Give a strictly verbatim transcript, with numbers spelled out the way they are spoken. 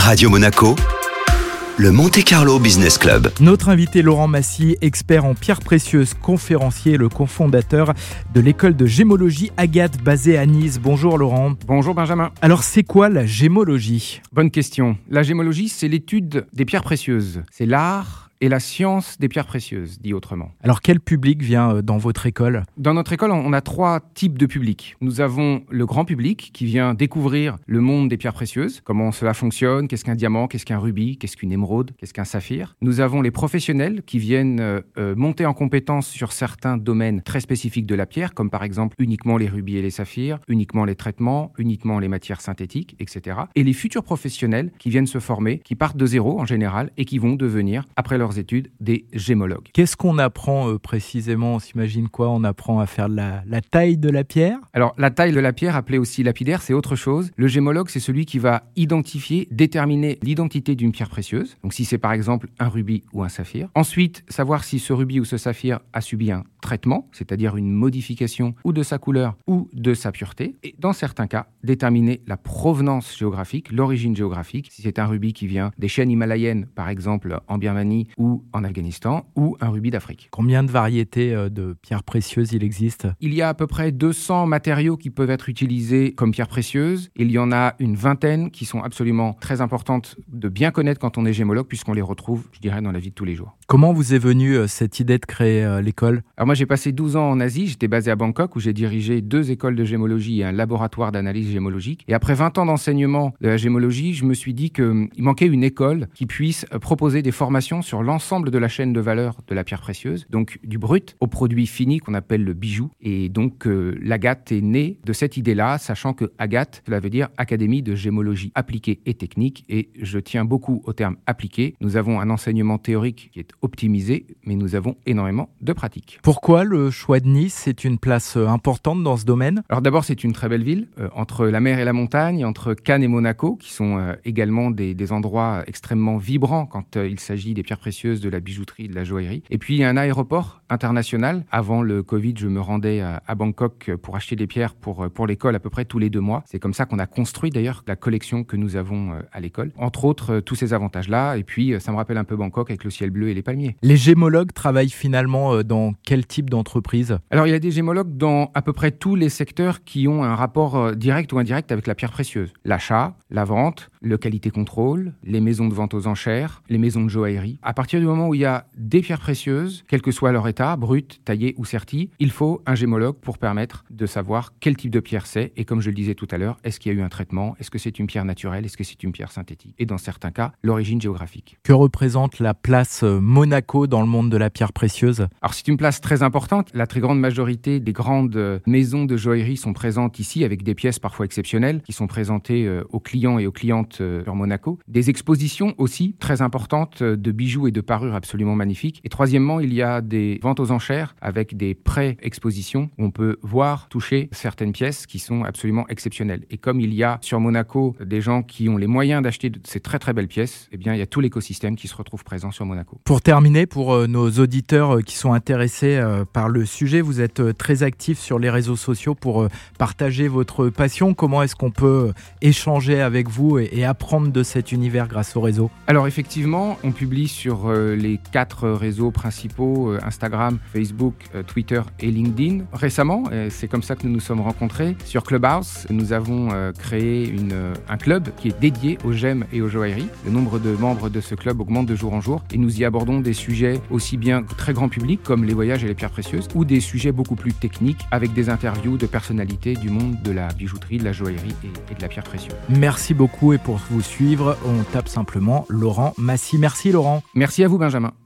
Radio Monaco, le Monte Carlo Business Club. Notre invité Laurent Massy, expert en pierres précieuses, conférencier et le cofondateur de l'école de gémologie Agathe basée à Nice. Bonjour Laurent. Bonjour Benjamin. Alors c'est quoi la gémologie ? Bonne question. La gémologie, c'est l'étude des pierres précieuses. C'est l'art et la science des pierres précieuses, dit autrement. Alors quel public vient dans votre école ? Dans notre école, on a trois types de publics. Nous avons le grand public qui vient découvrir le monde des pierres précieuses, comment cela fonctionne, qu'est-ce qu'un diamant, qu'est-ce qu'un rubis, qu'est-ce qu'une émeraude, qu'est-ce qu'un saphir. Nous avons les professionnels qui viennent euh, monter en compétence sur certains domaines très spécifiques de la pierre, comme par exemple uniquement les rubis et les saphirs, uniquement les traitements, uniquement les matières synthétiques, et cetera. Et les futurs professionnels qui viennent se former, qui partent de zéro en général et qui vont devenir, après leur études, des gémologues. Qu'est-ce qu'on apprend euh, précisément ? On s'imagine quoi ? On apprend à faire la, la taille de la pierre ? Alors, la taille de la pierre, appelée aussi lapidaire, c'est autre chose. Le gémologue, c'est celui qui va identifier, déterminer l'identité d'une pierre précieuse. Donc, si c'est par exemple un rubis ou un saphir. Ensuite, savoir si ce rubis ou ce saphir a subi un traitement, c'est-à-dire une modification ou de sa couleur ou de sa pureté. Et dans certains cas, déterminer la provenance géographique, l'origine géographique. Si c'est un rubis qui vient des chaînes himalayennes, par exemple en Birmanie, ou en Afghanistan, ou un rubis d'Afrique. Combien de variétés de pierres précieuses il existe ? Il y a à peu près deux cents matériaux qui peuvent être utilisés comme pierres précieuses. Il y en a une vingtaine qui sont absolument très importantes de bien connaître quand on est gémologue, puisqu'on les retrouve, je dirais, dans la vie de tous les jours. Comment vous est venue cette idée de créer euh, l'école ? Alors moi, j'ai passé douze ans en Asie. J'étais basé à Bangkok, où j'ai dirigé deux écoles de gémologie et un laboratoire d'analyse gémologique. Et après vingt ans d'enseignement de la gémologie, je me suis dit qu'il manquait une école qui puisse proposer des formations sur l'ensemble de la chaîne de valeur de la pierre précieuse, donc du brut au produit fini qu'on appelle le bijou. Et donc euh, l'Agathe est née de cette idée-là, sachant que Agathe, cela veut dire Académie de gémologie appliquée et technique, et je tiens beaucoup au terme appliqué. Nous avons un enseignement théorique qui est optimisé, mais nous avons énormément de pratique. Pourquoi le choix de Nice ? C'est une place importante dans ce domaine ? Alors d'abord, c'est une très belle ville, euh, entre la mer et la montagne, entre Cannes et Monaco, qui sont euh, également des, des endroits extrêmement vibrants quand euh, il s'agit des pierres précieuses, de la bijouterie, de la joaillerie. Et puis, il y a un aéroport international. Avant le Covid, je me rendais à, à Bangkok pour acheter des pierres pour, pour l'école à peu près tous les deux mois. C'est comme ça qu'on a construit d'ailleurs la collection que nous avons à l'école. Entre autres, tous ces avantages-là. Et puis, ça me rappelle un peu Bangkok avec le ciel bleu et les palmiers. Les gémologues travaillent finalement dans quel type d'entreprise ? Alors, il y a des gémologues dans à peu près tous les secteurs qui ont un rapport direct ou indirect avec la pierre précieuse. L'achat, la vente, le qualité-contrôle, les maisons de vente aux enchères, les maisons de joaillerie. À partir du moment où il y a des pierres précieuses, quel que soit leur état, brut, taillé ou serti, il faut un gémologue pour permettre de savoir quel type de pierre c'est. Et comme je le disais tout à l'heure, est-ce qu'il y a eu un traitement ? Est-ce que c'est une pierre naturelle ? Est-ce que c'est une pierre synthétique ? Et dans certains cas, l'origine géographique. Que représente la place Monaco dans le monde de la pierre précieuse ? Alors c'est une place très importante. La très grande majorité des grandes maisons de joaillerie sont présentes ici avec des pièces parfois exceptionnelles qui sont présentées aux clients et aux clientes sur Monaco. Des expositions aussi très importantes de bijoux et de parures absolument magnifiques. Et troisièmement, il y a des ventes aux enchères avec des pré-expositions où on peut voir, toucher certaines pièces qui sont absolument exceptionnelles. Et comme il y a sur Monaco des gens qui ont les moyens d'acheter ces très très belles pièces, eh bien il y a tout l'écosystème qui se retrouve présent sur Monaco. Pour terminer, pour euh, nos auditeurs euh, qui sont intéressés euh, par le sujet, vous êtes euh, très actifs sur les réseaux sociaux pour euh, partager votre passion. Comment est-ce qu'on peut euh, échanger avec vous et, et apprendre de cet univers grâce au réseau ? Alors effectivement, on publie sur euh, les quatre réseaux principaux, euh, Instagram, Facebook, euh, Twitter et LinkedIn. Récemment, euh, c'est comme ça que nous nous sommes rencontrés, sur Clubhouse, nous avons euh, créé une, euh, un club qui est dédié aux gemmes et aux joailleries. Le nombre de membres de ce club augmente de jour en jour et nous y abordons des sujets aussi bien très grand public comme les voyages et les pierres précieuses ou des sujets beaucoup plus techniques avec des interviews de personnalités du monde de la bijouterie, de la joaillerie et, et de la pierre précieuse. Merci beaucoup et pour vous suivre, on tape simplement Laurent Massy. Merci Laurent. Merci à vous Benjamin.